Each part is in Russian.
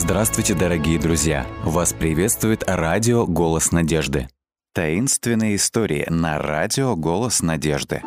Здравствуйте, дорогие друзья! Вас приветствует радио «Голос надежды». Таинственные истории на радио «Голос надежды».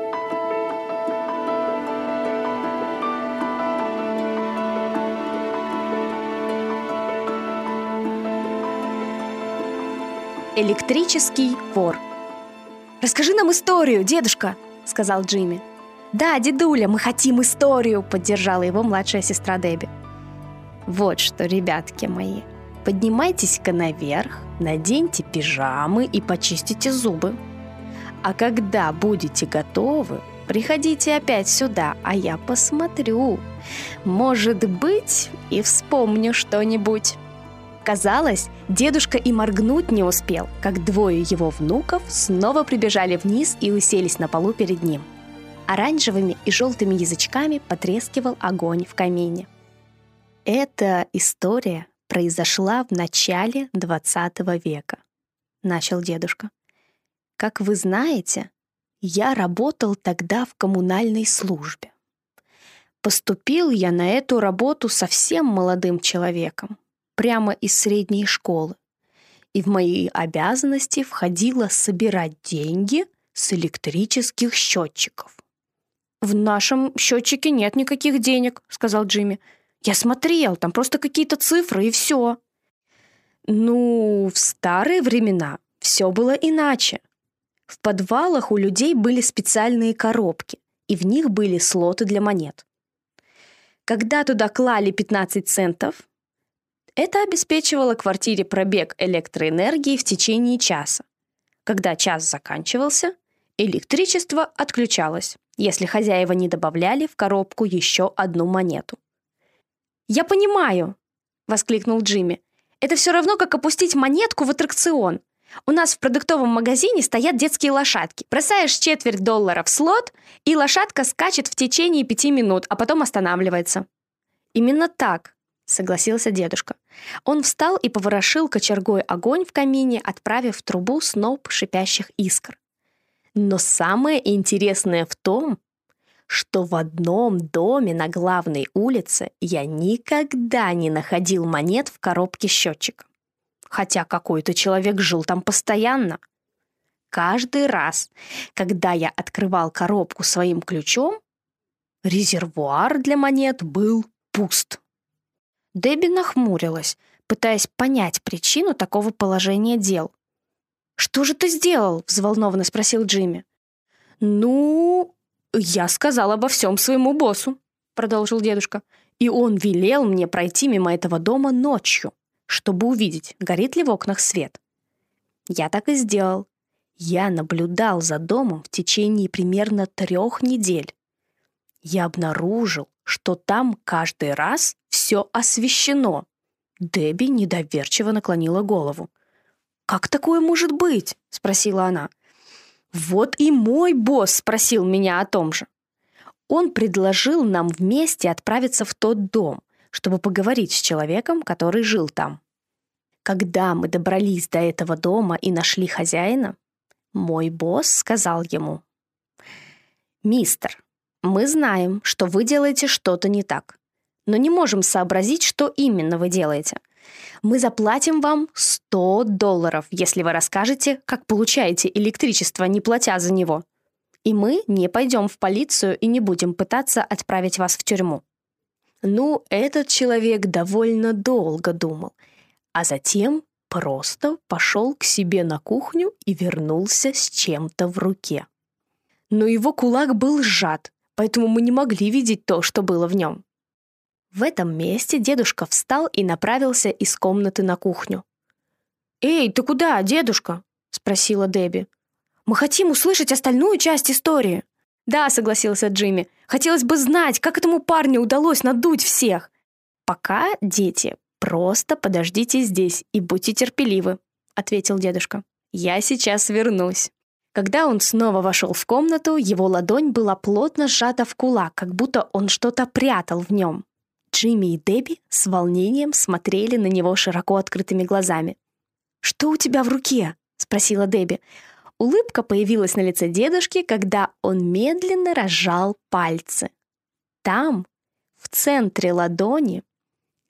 Электрический вор. «Расскажи нам историю, дедушка», — сказал Джимми. «Да, дедуля, мы хотим историю», — поддержала его младшая сестра Дебби. «Вот что, ребятки мои, поднимайтесь-ка наверх, наденьте пижамы и почистите зубы. А когда будете готовы, приходите опять сюда, а я посмотрю. Может быть, и вспомню что-нибудь». Казалось, дедушка и моргнуть не успел, как двое его внуков снова прибежали вниз и уселись на полу перед ним. Оранжевыми и желтыми язычками потрескивал огонь в камине. «Эта история произошла в начале 20 века», — начал дедушка. «Как вы знаете, я работал тогда в коммунальной службе. Поступил я на эту работу совсем молодым человеком, прямо из средней школы, и в мои обязанности входило собирать деньги с электрических счетчиков». «В нашем счетчике нет никаких денег», — сказал Джимми. «Я смотрел, там просто какие-то цифры и все». «Ну, в старые времена все было иначе. В подвалах у людей были специальные коробки, и в них были слоты для монет. Когда туда клали 15 центов, это обеспечивало квартире пробег электроэнергии в течение часа. Когда час заканчивался, электричество отключалось, если хозяева не добавляли в коробку еще одну монету». «Я понимаю!» — воскликнул Джимми. «Это все равно, как опустить монетку в аттракцион. У нас в продуктовом магазине стоят детские лошадки. Бросаешь $0,25 в слот, и лошадка скачет в течение 5 минут, а потом останавливается». «Именно так», — согласился дедушка. Он встал и поворошил кочергой огонь в камине, отправив в трубу сноп шипящих искр. «Но самое интересное в том, что в одном доме на главной улице я никогда не находил монет в коробке счетчика. Хотя какой-то человек жил там постоянно. Каждый раз, когда я открывал коробку своим ключом, резервуар для монет был пуст». Дебби нахмурилась, пытаясь понять причину такого положения дел. «Что же ты сделал?» — взволнованно спросил Джимми. «Ну, я сказал обо всем своему боссу», — продолжил дедушка. «И он велел мне пройти мимо этого дома ночью, чтобы увидеть, горит ли в окнах свет. Я так и сделал. Я наблюдал за домом в течение примерно 3 недель. Я обнаружил, что там каждый раз все освещено». Дебби недоверчиво наклонила голову. «Как такое может быть?» — спросила она. «Вот и мой босс спросил меня о том же. Он предложил нам вместе отправиться в тот дом, чтобы поговорить с человеком, который жил там. Когда мы добрались до этого дома и нашли хозяина, мой босс сказал ему: «Мистер, мы знаем, что вы делаете что-то не так, но не можем сообразить, что именно вы делаете. Мы заплатим вам $100, если вы расскажете, как получаете электричество, не платя за него. И мы не пойдем в полицию и не будем пытаться отправить вас в тюрьму». Ну, этот человек довольно долго думал, а затем просто пошел к себе на кухню и вернулся с чем-то в руке. Но его кулак был сжат, поэтому мы не могли видеть то, что было в нем. В этом месте дедушка встал и направился из комнаты на кухню. «Эй, ты куда, дедушка?» — спросила Дебби. «Мы хотим услышать остальную часть истории». «Да», — согласился Джимми. «Хотелось бы знать, как этому парню удалось надуть всех». «Пока, дети, просто подождите здесь и будьте терпеливы», — ответил дедушка. «Я сейчас вернусь». Когда он снова вошел в комнату, его ладонь была плотно сжата в кулак, как будто он что-то прятал в нем. Джимми и Дебби с волнением смотрели на него широко открытыми глазами. «Что у тебя в руке?» — спросила Дебби. Улыбка появилась на лице дедушки, когда он медленно разжал пальцы. Там, в центре ладони,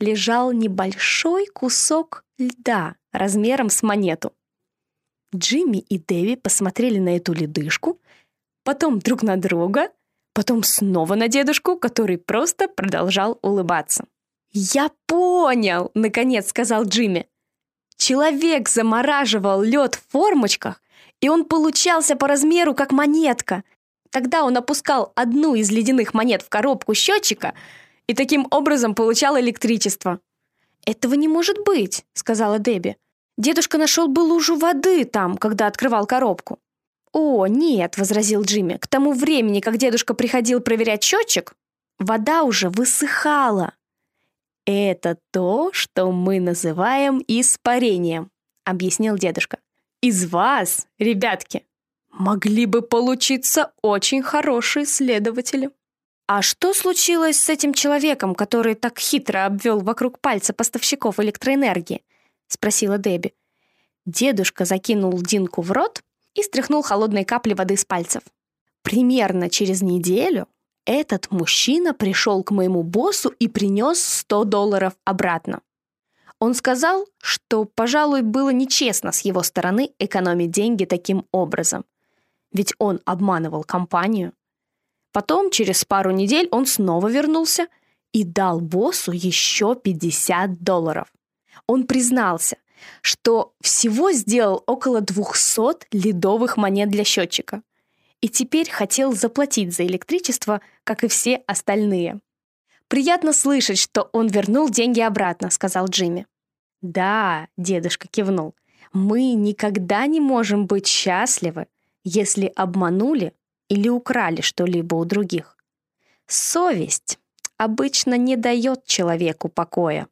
лежал небольшой кусок льда размером с монету. Джимми и Дэбби посмотрели на эту ледышку, потом друг на друга, потом снова на дедушку, который просто продолжал улыбаться. «Я понял!» — наконец сказал Джимми. «Человек замораживал лед в формочках, и он получался по размеру, как монетка. Тогда он опускал одну из ледяных монет в коробку счетчика и таким образом получал электричество». «Этого не может быть», — сказала Дебби. «Дедушка нашел бы лужу воды там, когда открывал коробку». «О, нет», — возразил Джимми, «к тому времени, как дедушка приходил проверять счетчик, вода уже высыхала». «Это то, что мы называем испарением», — объяснил дедушка. «Из вас, ребятки, могли бы получиться очень хорошие следователи». «А что случилось с этим человеком, который так хитро обвел вокруг пальца поставщиков электроэнергии?» — спросила Дебби. Дедушка закинул льдинку в рот и стряхнул холодные капли воды с пальцев. «Примерно через неделю этот мужчина пришел к моему боссу и принес $100 обратно. Он сказал, что, пожалуй, было нечестно с его стороны экономить деньги таким образом, ведь он обманывал компанию. Потом, через пару недель, он снова вернулся и дал боссу еще $50. Он признался, что всего сделал около 200 ледовых монет для счетчика и теперь хотел заплатить за электричество, как и все остальные. «Приятно слышать, что он вернул деньги обратно», — сказал Джимми. «Да», — дедушка кивнул, «мы никогда не можем быть счастливы, если обманули или украли что-либо у других. Совесть обычно не дает человеку покоя.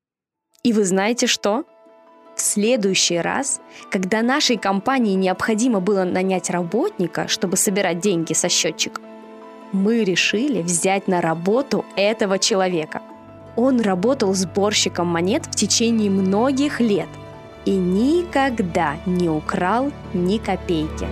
И вы знаете что? В следующий раз, когда нашей компании необходимо было нанять работника, чтобы собирать деньги со счетчика, мы решили взять на работу этого человека. Он работал сборщиком монет в течение многих лет и никогда не украл ни копейки».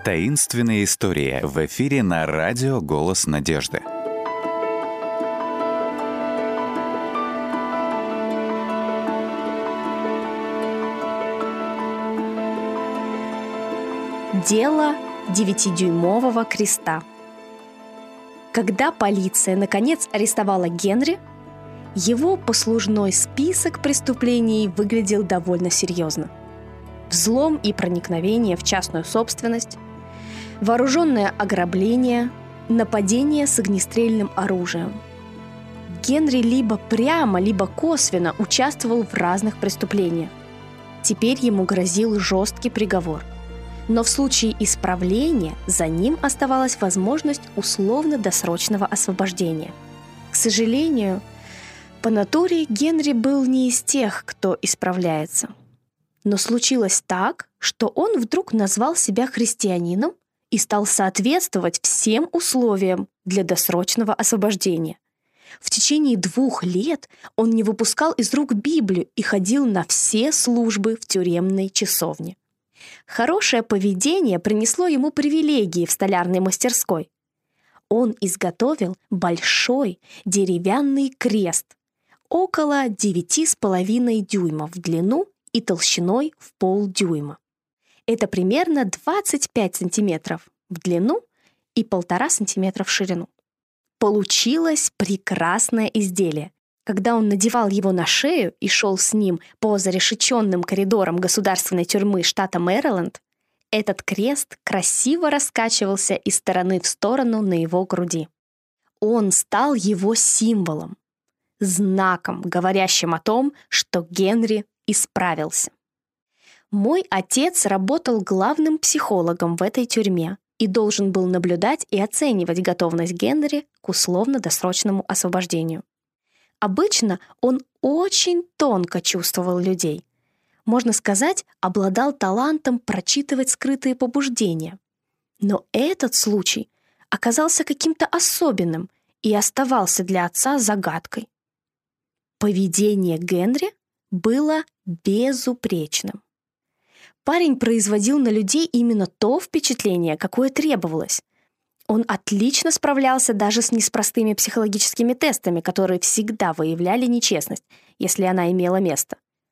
Таинственные истории в эфире на радио «Голос надежды». Дело 9-дюймового креста. Когда полиция наконец арестовала Генри, его послужной список преступлений выглядел довольно серьезно. Взлом и проникновение в частную собственность, вооруженное ограбление, нападение с огнестрельным оружием. Генри либо прямо, либо косвенно участвовал в разных преступлениях. Теперь ему грозил жесткий приговор. Но в случае исправления за ним оставалась возможность условно-досрочного освобождения. К сожалению, по натуре Генри был не из тех, кто исправляется. Но случилось так, что он вдруг назвал себя христианином и стал соответствовать всем условиям для досрочного освобождения. В течение 2 лет он не выпускал из рук Библию и ходил на все службы в тюремной часовне. Хорошее поведение принесло ему привилегии в столярной мастерской. Он изготовил большой деревянный крест, около 9,5 дюймов в длину и толщиной в полдюйма. Это примерно 25 сантиметров в длину и 1,5 сантиметра в ширину. Получилось прекрасное изделие. Когда он надевал его на шею и шел с ним по зарешеченным коридорам государственной тюрьмы штата Мэриленд, этот крест красиво раскачивался из стороны в сторону на его груди. Он стал его символом, знаком, говорящим о том, что Генри исправился. Мой отец работал главным психологом в этой тюрьме и должен был наблюдать и оценивать готовность Генри к условно-досрочному освобождению. Обычно он очень тонко чувствовал людей. Можно сказать, обладал талантом прочитывать скрытые побуждения. Но этот случай оказался каким-то особенным и оставался для отца загадкой. Поведение Генри было безупречным. Парень производил на людей именно то впечатление, какое требовалось. Он отлично справлялся даже с неспростыми психологическими тестами, которые всегда выявляли нечестность, если она имела место.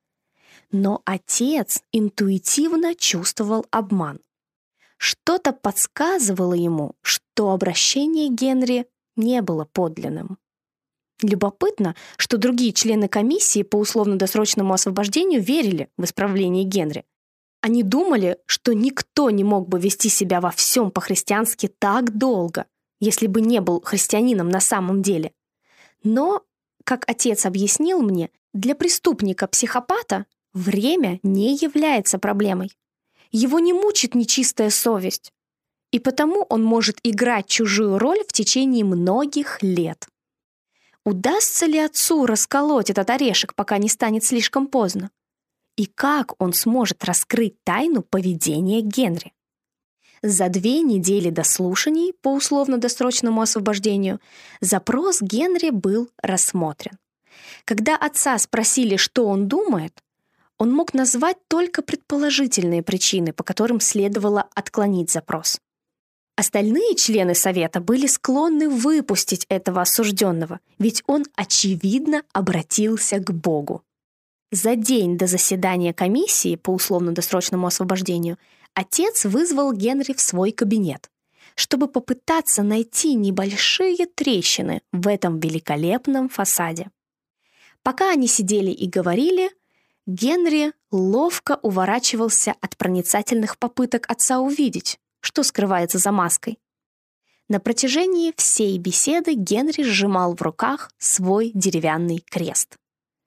Но отец интуитивно чувствовал обман. Что-то подсказывало ему, что обращение Генри не было подлинным. Любопытно, что другие члены комиссии по условно-досрочному освобождению верили в исправление Генри. Они думали, что никто не мог бы вести себя во всем по-христиански так долго, если бы не был христианином на самом деле. Но, как отец объяснил мне, для преступника-психопата время не является проблемой. Его не мучит нечистая совесть, и потому он может играть чужую роль в течение многих лет. Удастся ли отцу расколоть этот орешек, пока не станет слишком поздно? И как он сможет раскрыть тайну поведения Генри? За 2 недели до слушаний по условно-досрочному освобождению запрос Генри был рассмотрен. Когда отца спросили, что он думает, он мог назвать только предположительные причины, по которым следовало отклонить запрос. Остальные члены совета были склонны выпустить этого осужденного, ведь он, очевидно, обратился к Богу. За день до заседания комиссии по условно-досрочному освобождению отец вызвал Генри в свой кабинет, чтобы попытаться найти небольшие трещины в этом великолепном фасаде. Пока они сидели и говорили, Генри ловко уворачивался от проницательных попыток отца увидеть, что скрывается за маской. На протяжении всей беседы Генри сжимал в руках свой деревянный крест.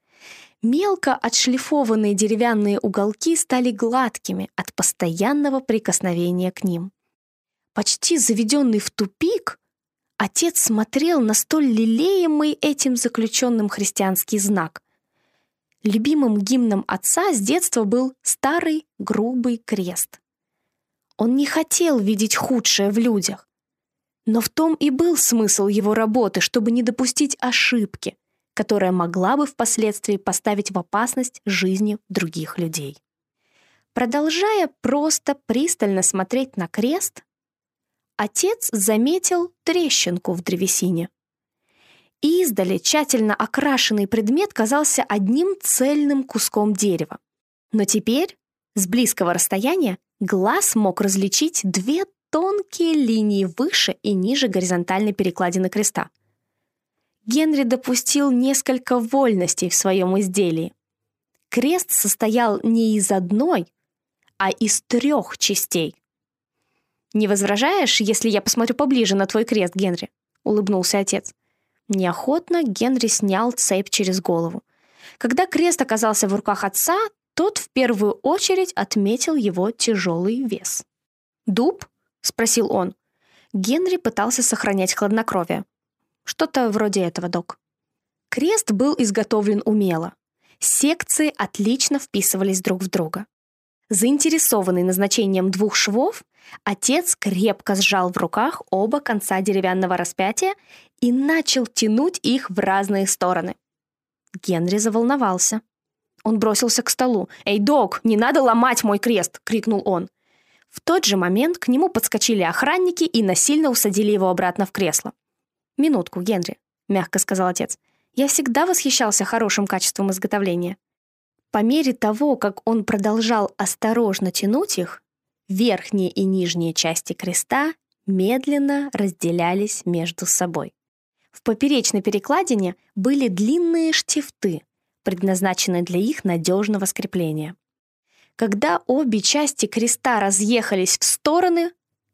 Мелко отшлифованные деревянные уголки стали гладкими от постоянного прикосновения к ним. Почти заведенный в тупик, отец смотрел на столь лелеемый этим заключенным христианский знак. Любимым гимном отца с детства был старый грубый крест. Он не хотел видеть худшее в людях. Но в том и был смысл его работы, чтобы не допустить ошибки, которая могла бы впоследствии поставить в опасность жизни других людей. Продолжая просто пристально смотреть на крест, отец заметил трещинку в древесине. Издали тщательно окрашенный предмет казался одним цельным куском дерева. Но теперь, с близкого расстояния, глаз мог различить две тонкие линии выше и ниже горизонтальной перекладины креста. Генри допустил несколько вольностей в своем изделии. Крест состоял не из одной, а из 3 частей. «Не возражаешь, если я посмотрю поближе на твой крест, Генри?» — улыбнулся отец. Неохотно Генри снял цепь через голову. Когда крест оказался в руках отца, тот в первую очередь отметил его тяжелый вес. «Дуб?» — спросил он. Генри пытался сохранять хладнокровие. «Что-то вроде этого, док». Крест был изготовлен умело. Секции отлично вписывались друг в друга. Заинтересованный назначением 2 швов, отец крепко сжал в руках оба конца деревянного распятия и начал тянуть их в разные стороны. Генри заволновался. Он бросился к столу. «Эй, док, не надо ломать мой крест!» — крикнул он. В тот же момент к нему подскочили охранники и насильно усадили его обратно в кресло. «Минутку, Генри», — мягко сказал отец. «Я всегда восхищался хорошим качеством изготовления». По мере того, как он продолжал осторожно тянуть их, верхние и нижние части креста медленно разделялись между собой. В поперечной перекладине были длинные штифты, предназначенные для их надежного скрепления. Когда обе части креста разъехались в стороны,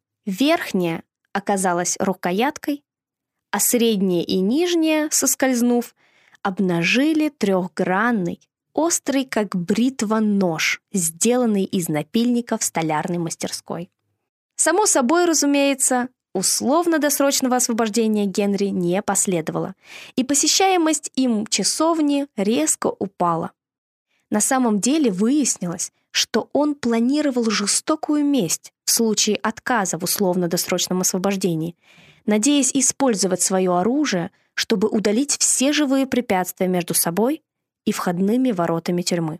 верхняя оказалась рукояткой, а средняя и нижняя, соскользнув, обнажили 3-гранный, острый, как бритва, нож, сделанный из напильника в столярной мастерской. Само собой, разумеется, условно-досрочного освобождения Генри не последовало, и посещаемость им часовни резко упала. На самом деле выяснилось, что он планировал жестокую месть в случае отказа в условно-досрочном освобождении, надеясь использовать свое оружие, чтобы удалить все живые препятствия между собой и входными воротами тюрьмы.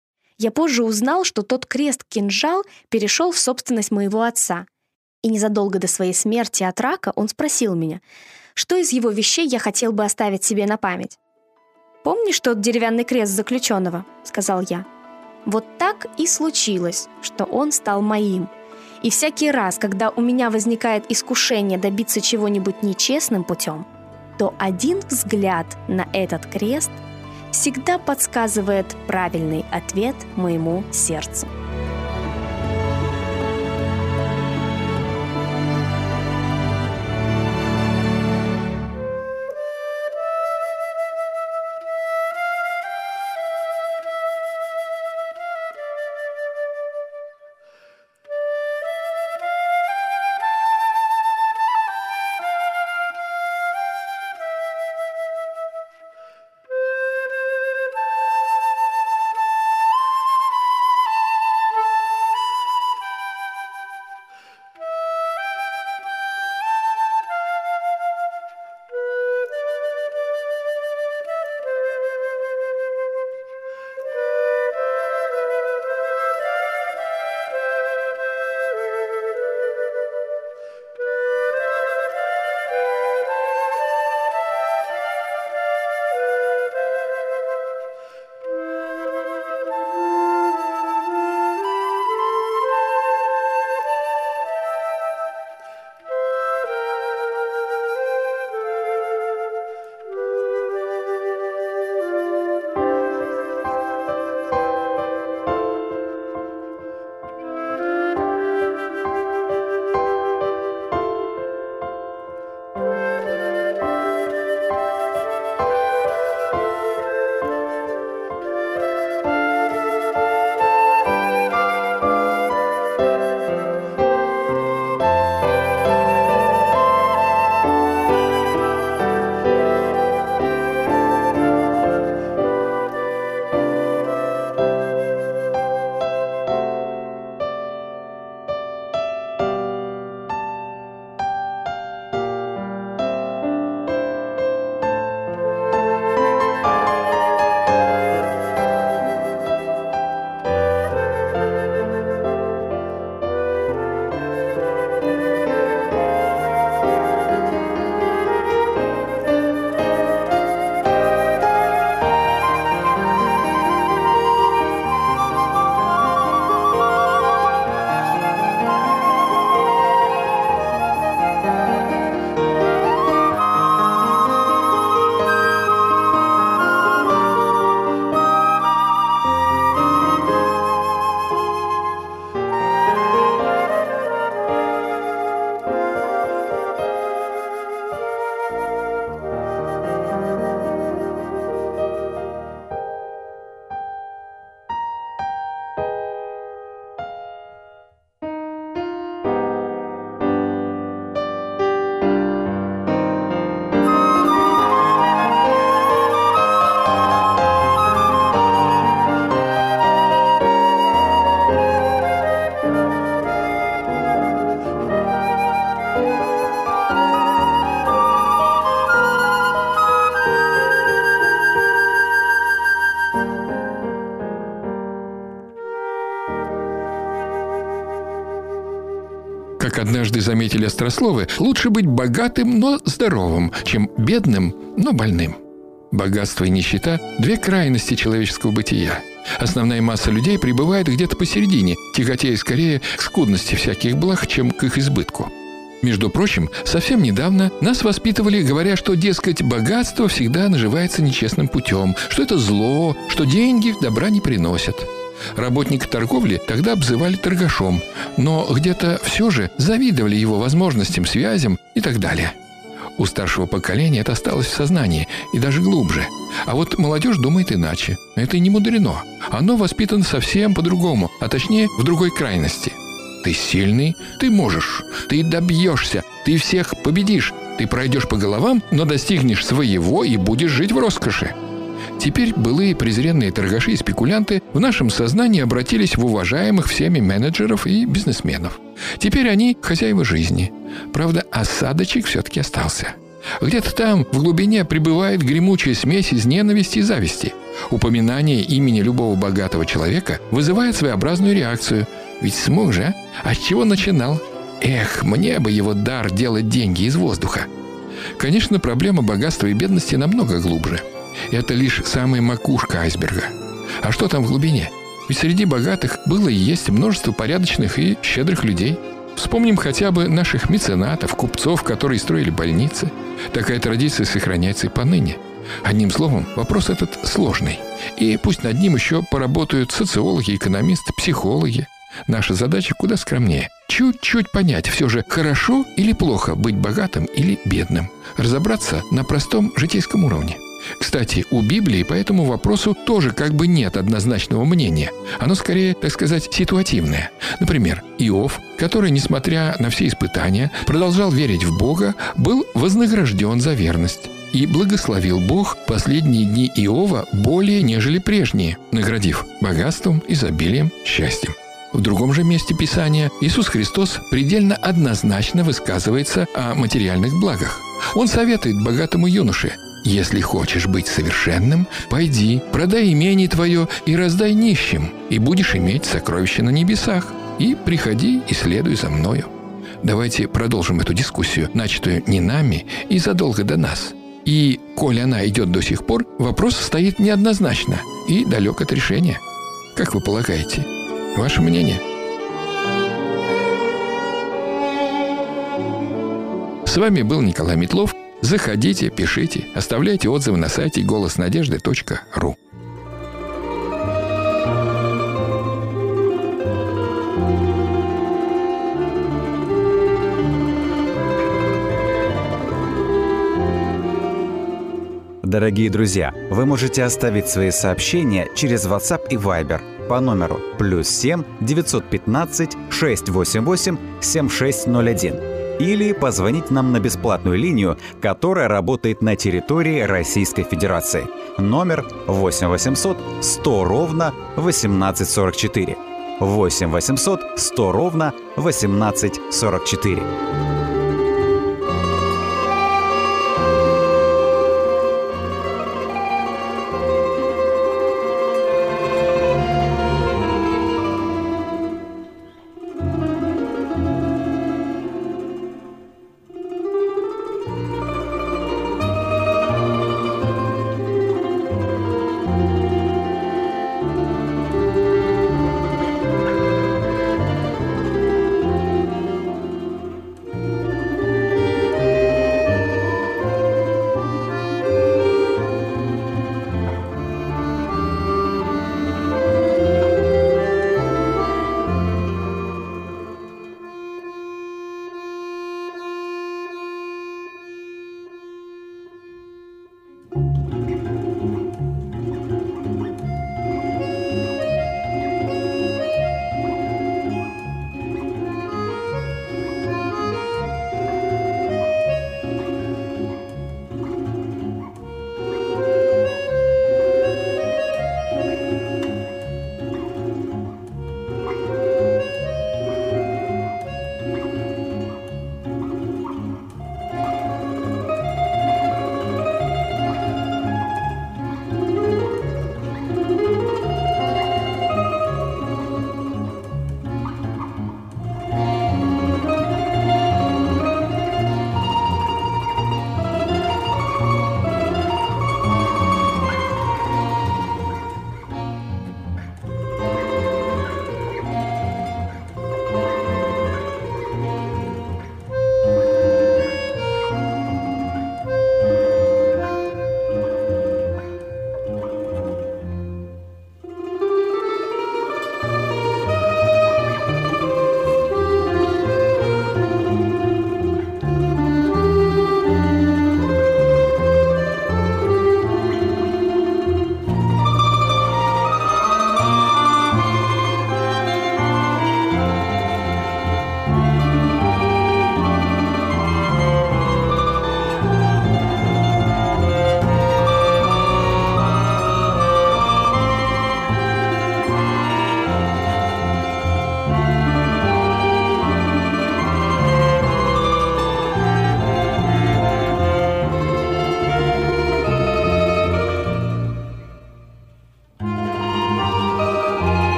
Я позже узнал, что тот крест-кинжал перешел в собственность моего отца, и незадолго до своей смерти от рака он спросил меня, что из его вещей я хотел бы оставить себе на память. «Помнишь тот деревянный крест заключенного?» — сказал я. Вот так и случилось, что он стал моим. И всякий раз, когда у меня возникает искушение добиться чего-нибудь нечестным путем, то один взгляд на этот крест всегда подсказывает правильный ответ моему сердцу. Как однажды заметили острословы, лучше быть богатым, но здоровым, чем бедным, но больным. Богатство и нищета – две крайности человеческого бытия. Основная масса людей пребывает где-то посередине, тяготея скорее к скудности всяких благ, чем к их избытку. Между прочим, совсем недавно нас воспитывали, говоря, что, дескать, богатство всегда наживается нечестным путем, что это зло, что деньги добра не приносят. Работника торговли тогда обзывали торгашом, но где-то все же завидовали его возможностям, связям и так далее. У старшего поколения это осталось в сознании, и даже глубже. А вот молодежь думает иначе. Это и не мудрено. Оно воспитано совсем по-другому, а точнее в другой крайности. Ты сильный, ты можешь, ты добьешься, ты всех победишь, ты пройдешь по головам, но достигнешь своего и будешь жить в роскоши. Теперь былые презренные торгаши и спекулянты в нашем сознании обратились в уважаемых всеми менеджеров и бизнесменов. Теперь они хозяева жизни. Правда, осадочек все-таки остался. Где-то там, в глубине, пребывает гремучая смесь из ненависти и зависти. Упоминание имени любого богатого человека вызывает своеобразную реакцию. Ведь смог же, а с чего начинал? Эх, мне бы его дар делать деньги из воздуха. Конечно, проблема богатства и бедности намного глубже. Это лишь самая макушка айсберга. А что там в глубине? Ведь среди богатых было и есть множество порядочных и щедрых людей. Вспомним хотя бы наших меценатов, купцов, которые строили больницы. Такая традиция сохраняется и поныне. Одним словом, вопрос этот сложный. И пусть над ним еще поработают социологи, экономисты, психологи. Наша задача куда скромнее. Чуть-чуть понять, все же хорошо или плохо быть богатым или бедным. Разобраться на простом житейском уровне. Кстати, у Библии по этому вопросу тоже как бы нет однозначного мнения. Оно скорее, так сказать, ситуативное. Например, Иов, который, несмотря на все испытания, продолжал верить в Бога, был вознагражден за верность. И благословил Бог последние дни Иова более, нежели прежние, наградив богатством, изобилием, счастьем. В другом же месте Писания Иисус Христос предельно однозначно высказывается о материальных благах. Он советует богатому юноше: «Если хочешь быть совершенным, пойди, продай имение твое и раздай нищим, и будешь иметь сокровища на небесах, и приходи и следуй за мною». Давайте продолжим эту дискуссию, начатую не нами и задолго до нас. И, коль она идет до сих пор, вопрос стоит неоднозначно и далек от решения. Как вы полагаете? Ваше мнение? С вами был Николай Метлов. Заходите, пишите, оставляйте отзывы на сайте голоснадежды.ру. Дорогие друзья, вы можете оставить свои сообщения через WhatsApp и Viber по номеру +7 915 688 7601 или позвонить нам на бесплатную линию, которая работает на территории Российской Федерации. Номер 8 800 100 ровно 1844. 8 800 100 ровно 1844.